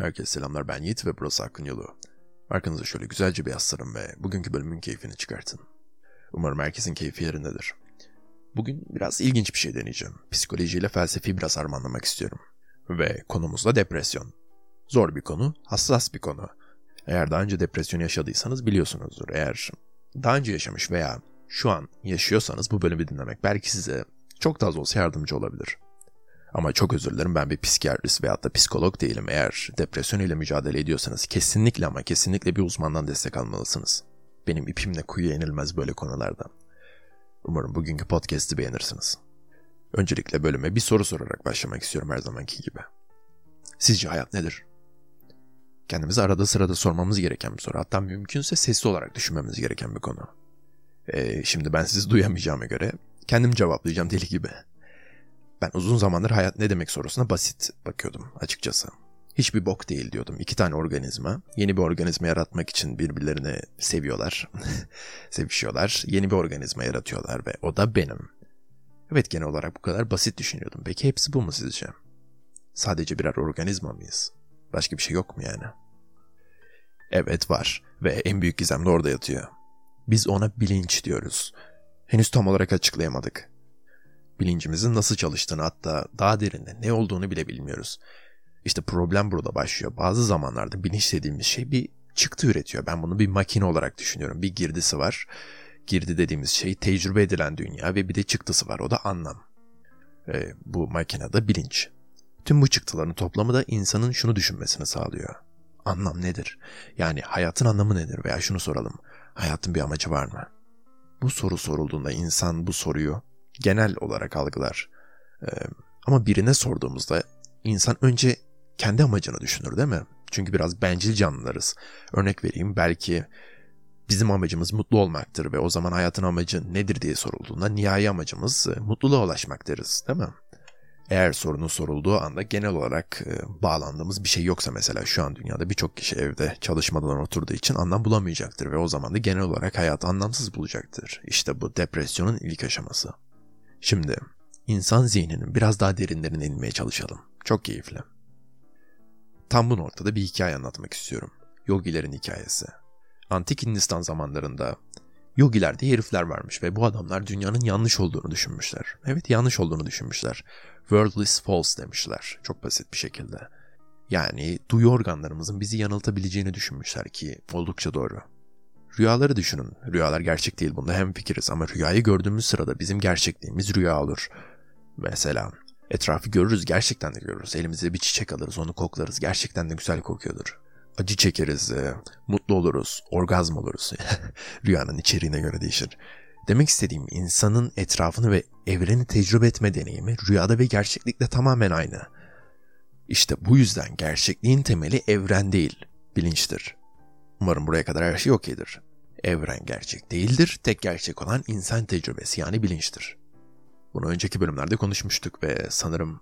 Herkese selamlar, ben Yiğit ve burası Hakkın Yolu. Arkanıza şöyle güzelce bir yaslanın ve bugünkü bölümün keyfini çıkartın. Umarım herkesin keyfi yerindedir. Bugün biraz ilginç bir şey deneyeceğim. Psikolojiyle felsefi biraz harmanlamak istiyorum. Ve konumuz da depresyon. Zor bir konu, hassas bir konu. Eğer daha önce depresyon yaşadıysanız biliyorsunuzdur. Eğer daha önce yaşamış veya şu an yaşıyorsanız bu bölümü dinlemek belki size çok da az olsa yardımcı olabilir. Ama çok özür dilerim, ben bir psikiyatrist veyahut da psikolog değilim. Eğer depresyon ile mücadele ediyorsanız kesinlikle ama kesinlikle bir uzmandan destek almalısınız. Benim ipimle kuyuya inilmez böyle konularda. Umarım bugünkü podcast'i beğenirsiniz. Öncelikle bölüme bir soru sorarak başlamak istiyorum her zamanki gibi. Sizce hayat nedir? Kendimize arada sırada sormamız gereken bir soru. Hatta mümkünse sesli olarak düşünmemiz gereken bir konu. Şimdi ben sizi duyamayacağıma göre kendim cevaplayacağım deli gibi. Ben uzun zamandır hayat ne demek sorusuna basit bakıyordum açıkçası. Hiçbir bok değil diyordum. 2 tane organizma, yeni bir organizma yaratmak için birbirlerini seviyorlar, sevişiyorlar, yeni bir organizma yaratıyorlar ve o da benim. Evet, genel olarak bu kadar basit düşünüyordum. Peki hepsi bu mu sizce? Sadece birer organizma mıyız? Başka bir şey yok mu yani? Evet var ve en büyük gizem de orada yatıyor. Biz ona bilinç diyoruz. Henüz tam olarak açıklayamadık. Bilincimizin nasıl çalıştığını, hatta daha derinde ne olduğunu bile bilmiyoruz. İşte problem burada başlıyor. Bazı zamanlarda bilinç dediğimiz şey bir çıktı üretiyor. Ben bunu bir makine olarak düşünüyorum. Bir girdisi var. Girdi dediğimiz şey tecrübe edilen dünya ve bir de çıktısı var. O da anlam. Bu makinede bilinç. Tüm bu çıktıların toplamı da insanın şunu düşünmesini sağlıyor. Anlam nedir? Yani hayatın anlamı nedir? Veya şunu soralım. Hayatın bir amacı var mı? Bu soru sorulduğunda insan bu soruyu genel olarak algılar. Ama birine sorduğumuzda insan önce kendi amacını düşünür, değil mi? Çünkü biraz bencil canlılarız. Örnek vereyim, belki bizim amacımız mutlu olmaktır ve o zaman hayatın amacı nedir diye sorulduğunda nihai amacımız mutluluğa ulaşmak deriz, değil mi? Eğer sorunun sorulduğu anda genel olarak bağlandığımız bir şey yoksa, mesela şu an dünyada birçok kişi evde çalışmadan oturduğu için anlam bulamayacaktır ve o zaman da genel olarak hayatı anlamsız bulacaktır. İşte bu depresyonun ilk aşaması. Şimdi insan zihninin biraz daha derinlerine inmeye çalışalım. Çok keyifli. Tam bu noktada bir hikaye anlatmak istiyorum. Yogilerin hikayesi. Antik Hindistan zamanlarında yogiler diye herifler varmış ve bu adamlar dünyanın yanlış olduğunu düşünmüşler. Evet, yanlış olduğunu düşünmüşler. World is false demişler. Çok basit bir şekilde. Yani duyu organlarımızın bizi yanıltabileceğini düşünmüşler ki oldukça doğru. Rüyaları düşünün. Rüyalar gerçek değil, bunda hemfikiriz ama rüyayı gördüğümüz sırada bizim gerçekliğimiz rüya olur. Mesela etrafı görürüz, gerçekten de görürüz. Elimize bir çiçek alırız, onu koklarız, gerçekten de güzel kokuyordur. Acı çekeriz, mutlu oluruz, orgazm oluruz. Rüyanın içeriğine göre değişir. Demek istediğim, insanın etrafını ve evreni tecrübe etme deneyimi rüyada ve gerçeklikle tamamen aynı. İşte bu yüzden gerçekliğin temeli evren değil, bilinçtir. Umarım buraya kadar her şey okeydir. Evren gerçek değildir, tek gerçek olan insan tecrübesi yani bilinçtir. Bunu önceki bölümlerde konuşmuştuk ve sanırım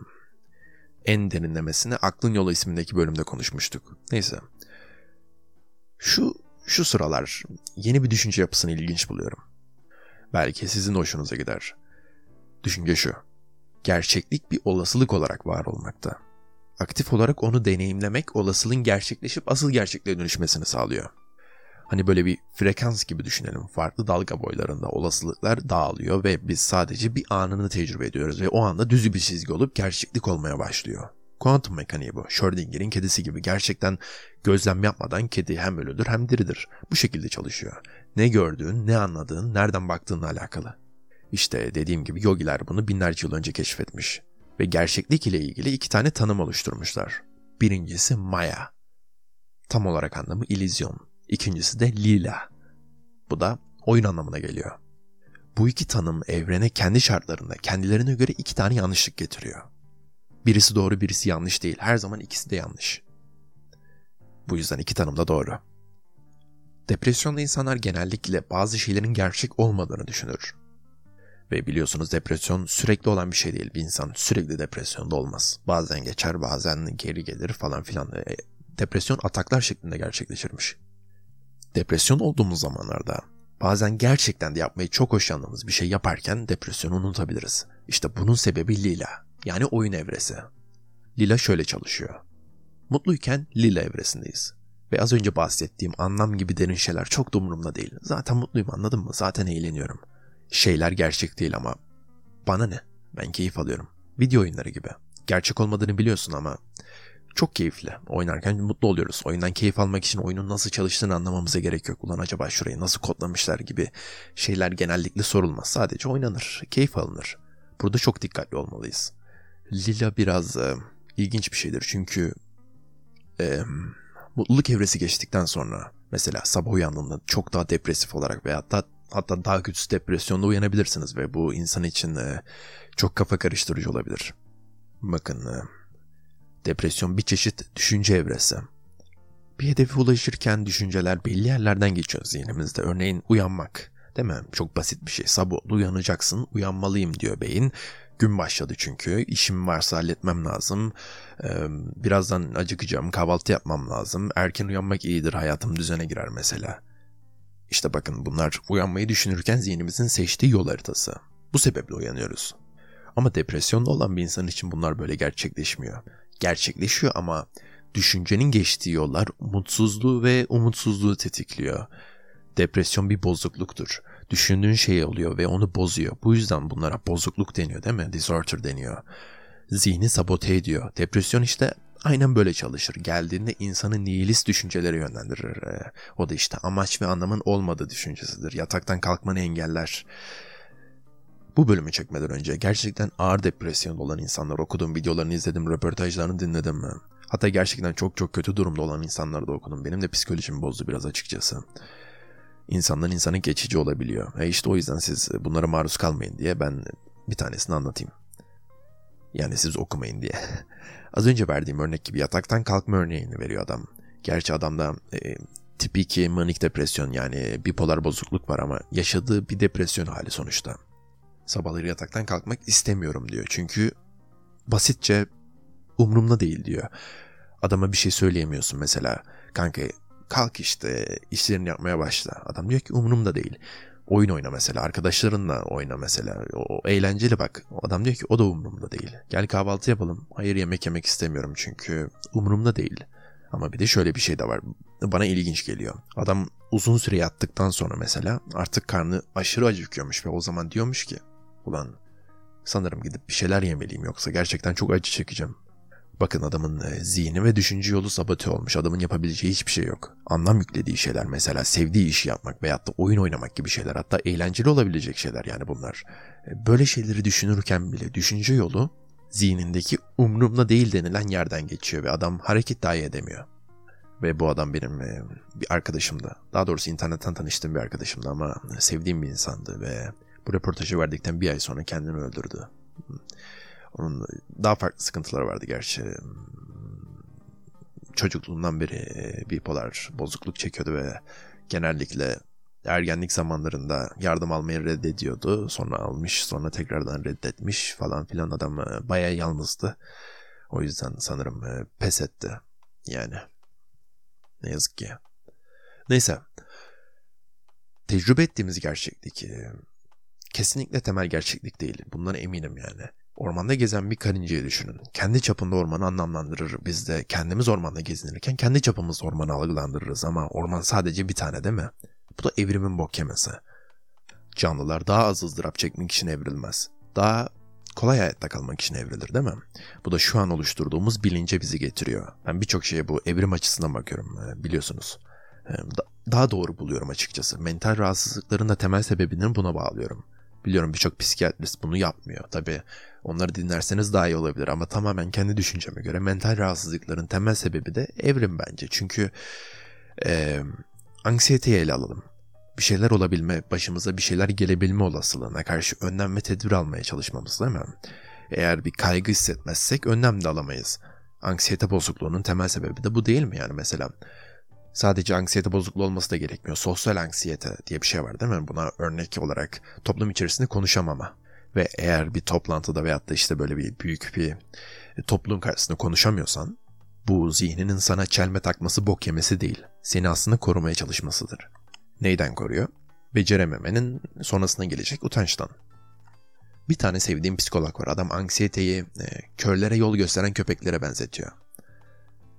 en derinlemesine Aklın Yolu ismindeki bölümde konuşmuştuk. Neyse. Şu sıralar yeni bir düşünce yapısını ilginç buluyorum. Belki sizin de hoşunuza gider. Düşünce şu: gerçeklik bir olasılık olarak var olmakta. Aktif olarak onu deneyimlemek olasılığın gerçekleşip asıl gerçekliğe dönüşmesini sağlıyor. Hani böyle bir frekans gibi düşünelim. Farklı dalga boylarında olasılıklar dağılıyor ve biz sadece bir anını tecrübe ediyoruz ve o anda düz bir çizgi olup gerçeklik olmaya başlıyor. Kuantum mekaniği bu. Schrödinger'in kedisi gibi, gerçekten gözlem yapmadan kedi hem ölüdür hem diridir. Bu şekilde çalışıyor. Ne gördüğün, ne anladığın, nereden baktığınla alakalı. İşte dediğim gibi yogiler bunu binlerce yıl önce keşfetmiş. Ve gerçeklik ile ilgili 2 tane tanım oluşturmuşlar. Birincisi Maya. Tam olarak anlamı illüzyon. İkincisi de Lila. Bu da oyun anlamına geliyor. Bu 2 tanım evrene kendi şartlarında kendilerine göre 2 tane yanlışlık getiriyor. Birisi doğru, birisi yanlış değil. Her zaman ikisi de yanlış. Bu yüzden 2 tanım da doğru. Depresyonda insanlar genellikle bazı şeylerin gerçek olmadığını düşünür. Ve biliyorsunuz depresyon sürekli olan bir şey değil. Bir insan sürekli depresyonda olmaz. Bazen geçer, bazen geri gelir falan filan. Depresyon ataklar şeklinde gerçekleşirmiş. Depresyon olduğumuz zamanlarda bazen gerçekten de yapmayı çok hoşlandığımız bir şey yaparken depresyonu unutabiliriz. İşte bunun sebebi Lila, yani oyun evresi. Lila şöyle çalışıyor. Mutluyken lila evresindeyiz. Ve az önce bahsettiğim anlam gibi derin şeyler çok da umurumda değil. Zaten mutluyum, anladın mı? Zaten eğleniyorum. Şeyler gerçek değil ama bana ne? Ben keyif alıyorum. Video oyunları gibi. Gerçek olmadığını biliyorsun ama çok keyifli. Oynarken mutlu oluyoruz. Oyundan keyif almak için oyunun nasıl çalıştığını anlamamıza gerek yok. Ulan acaba şurayı nasıl kodlamışlar gibi şeyler genellikle sorulmaz. Sadece oynanır, keyif alınır. Burada çok dikkatli olmalıyız. Lila biraz ilginç bir şeydir çünkü mutluluk evresi geçtikten sonra mesela sabah uyandığında çok daha depresif olarak veya hatta daha güçsüz depresyonda uyanabilirsiniz ve bu insan için çok kafa karıştırıcı olabilir. Bakın, depresyon bir çeşit düşünce evresi. Bir hedefe ulaşırken düşünceler belli yerlerden geçiyor zihnimizde. Örneğin uyanmak, değil mi? Çok basit bir şey. Sabah uyanacaksın, uyanmalıyım diyor beyin. Gün başladı çünkü. İşim varsa halletmem lazım. Birazdan acıkacağım, kahvaltı yapmam lazım. Erken uyanmak iyidir, hayatım düzene girer mesela. İşte bakın, bunlar uyanmayı düşünürken zihnimizin seçtiği yol haritası. Bu sebeple uyanıyoruz. Ama depresyonda olan bir insan için bunlar böyle gerçekleşmiyor. Gerçekleşiyor ama düşüncenin geçtiği yollar mutsuzluğu ve umutsuzluğu tetikliyor. Depresyon bir bozukluktur. Düşündüğün şey oluyor ve onu bozuyor. Bu yüzden bunlara bozukluk deniyor, değil mi? Disorder deniyor. Zihni sabote ediyor. Depresyon işte aynen böyle çalışır. Geldiğinde insanı nihilist düşüncelere yönlendirir. O da işte amaç ve anlamın olmadığı düşüncesidir. Yataktan kalkmanı engeller. Bu bölümü çekmeden önce gerçekten ağır depresyonda olan insanlar okudum, videolarını izledim, röportajlarını dinledim. Hatta gerçekten çok çok kötü durumda olan insanları da okudum. Benim de psikolojimi bozdu biraz açıkçası. İnsandan insana geçici olabiliyor. İşte o yüzden siz bunlara maruz kalmayın diye ben bir tanesini anlatayım. Yani siz okumayın diye. Az önce verdiğim örnek gibi yataktan kalkma örneğini veriyor adam. Gerçi adamda tip 2 manik depresyon, yani bipolar bozukluk var ama yaşadığı bir depresyon hali sonuçta. Sabahları yataktan kalkmak istemiyorum diyor. Çünkü basitçe umurumda değil diyor. Adama bir şey söyleyemiyorsun mesela. Kanka kalk işte, işlerini yapmaya başla. Adam diyor ki umurumda değil. Oyun oyna mesela, arkadaşlarınla oyna mesela. O eğlenceli bak. Adam diyor ki o da umurumda değil. Gel kahvaltı yapalım. Hayır, yemek yemek istemiyorum çünkü umurumda değil. Ama bir de şöyle bir şey de var. Bana ilginç geliyor. Adam uzun süre yattıktan sonra mesela artık karnı aşırı acıkıyormuş ve o zaman diyormuş ki ulan sanırım gidip bir şeyler yemeliyim yoksa gerçekten çok acı çekeceğim. Bakın, adamın zihni ve düşünce yolu sabote olmuş. Adamın yapabileceği hiçbir şey yok. Anlam yüklediği şeyler mesela sevdiği işi yapmak veyahut da oyun oynamak gibi şeyler, hatta eğlenceli olabilecek şeyler yani bunlar. Böyle şeyleri düşünürken bile düşünce yolu zihnindeki umrumda değil denilen yerden geçiyor ve adam hareket dahi edemiyor. Ve bu adam benim bir arkadaşımdı. Daha doğrusu internetten tanıştığım bir arkadaşımdı ama sevdiğim bir insandı ve bu röportajı verdikten bir ay sonra kendini öldürdü. Onun daha farklı sıkıntıları vardı gerçi. Çocukluğundan beri bipolar bozukluk çekiyordu ve genellikle ergenlik zamanlarında yardım almayı reddediyordu. Sonra almış, sonra tekrardan reddetmiş falan filan. Adam bayağı yalnızdı. O yüzden sanırım pes etti. Yani ne yazık ki. Neyse. Tecrübe ettiğimiz gerçeklik kesinlikle temel gerçeklik değil. Bundan eminim yani. Ormanda gezen bir karıncayı düşünün. Kendi çapında ormanı anlamlandırır. Biz de kendimiz ormanda gezinirken kendi çapımızda ormanı algılandırırız ama orman sadece bir tane, değil mi? Bu da evrimin bok yemesi. Canlılar daha az ızdırap çekmek için evrilmez. Daha kolay hayatta kalmak için evrilir, değil mi? Bu da şu an oluşturduğumuz bilince bizi getiriyor. Ben birçok şeye bu evrim açısından bakıyorum, biliyorsunuz. Daha doğru buluyorum açıkçası. Mental rahatsızlıkların da temel sebebini buna bağlıyorum. Biliyorum birçok psikiyatrist bunu yapmıyor. Tabii onları dinlerseniz daha iyi olabilir ama tamamen kendi düşünceme göre mental rahatsızlıkların temel sebebi de evrim bence. Çünkü anksiyeteyi ele alalım. Bir şeyler olabilme, başımıza bir şeyler gelebilme olasılığına karşı önlem ve tedbir almaya çalışmamız, değil mi? Eğer bir kaygı hissetmezsek önlem de alamayız. Anksiyete bozukluğunun temel sebebi de bu değil mi yani mesela? Sadece anksiyete bozukluğu olması da gerekmiyor. Sosyal anksiyete diye bir şey var, değil mi? Buna örnek olarak toplum içerisinde konuşamama. Ve eğer bir toplantıda veyahut da işte böyle bir büyük bir toplum karşısında konuşamıyorsan, bu zihninin sana çelme takması, bok yemesi değil. Seni aslında korumaya çalışmasıdır. Neyden koruyor? Becerememenin sonrasına gelecek utançtan. Bir tane sevdiğim psikolog var. Adam anksiyeteyi körlere yol gösteren köpeklere benzetiyor.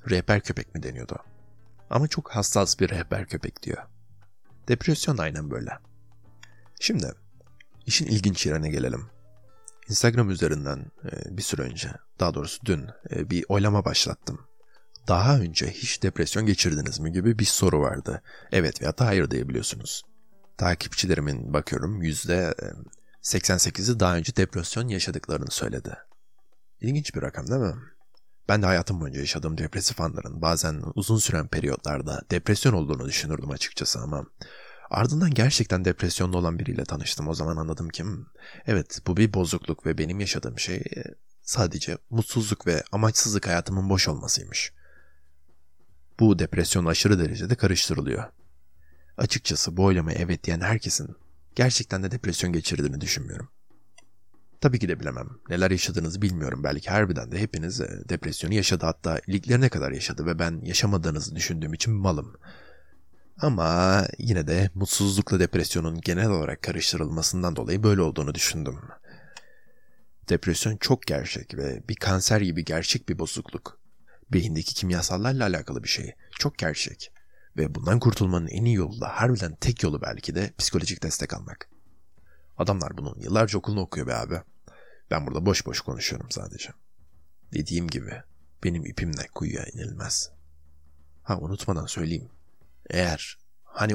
Rehber köpek mi deniyordu? Ama çok hassas bir rehber köpek diyor. Depresyon aynen böyle. Şimdi işin ilginç yerine gelelim. Instagram üzerinden bir süre önce, daha doğrusu dün bir oylama başlattım. Daha önce hiç depresyon geçirdiniz mi gibi bir soru vardı. Evet veya da hayır diyebiliyorsunuz. Takipçilerimin bakıyorum %88'i daha önce depresyon yaşadıklarını söyledi. İlginç bir rakam değil mi? Ben de hayatım boyunca yaşadığım depresif anların bazen uzun süren periyotlarda depresyon olduğunu düşünürdüm açıkçası ama ardından gerçekten depresyonda olan biriyle tanıştım. O zaman anladım ki evet bu bir bozukluk ve benim yaşadığım şey sadece mutsuzluk ve amaçsızlık hayatımın boş olmasıymış. Bu depresyon aşırı derecede karıştırılıyor. Açıkçası bu oylamaya evet diyen herkesin gerçekten de depresyon geçirdiğini düşünmüyorum. Tabii ki de bilemem. Neler yaşadığınızı bilmiyorum. Belki harbiden de hepiniz depresyonu yaşadı, hatta iliklerine kadar yaşadı ve ben yaşamadığınızı düşündüğüm için malım. Ama yine de mutsuzlukla depresyonun genel olarak karıştırılmasından dolayı böyle olduğunu düşündüm. Depresyon çok gerçek ve bir kanser gibi gerçek bir bozukluk. Beyindeki kimyasallarla alakalı bir şey. Çok gerçek. Ve bundan kurtulmanın en iyi yolu da harbiden tek yolu belki de psikolojik destek almak. Adamlar bunun yıllarca okulunu okuyor be abi. Ben burada boş boş konuşuyorum sadece. Dediğim gibi benim ipimle kuyuya inilmez. Ha, unutmadan söyleyeyim. Eğer hani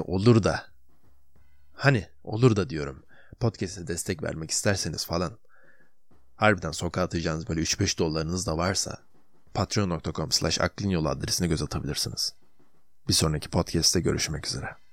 olur da diyorum, podcast'e destek vermek isterseniz falan, harbiden sokağa atacağınız böyle 3-5 dolarınız da varsa patreon.com/aklinyolu adresine göz atabilirsiniz. Bir sonraki podcast'te görüşmek üzere.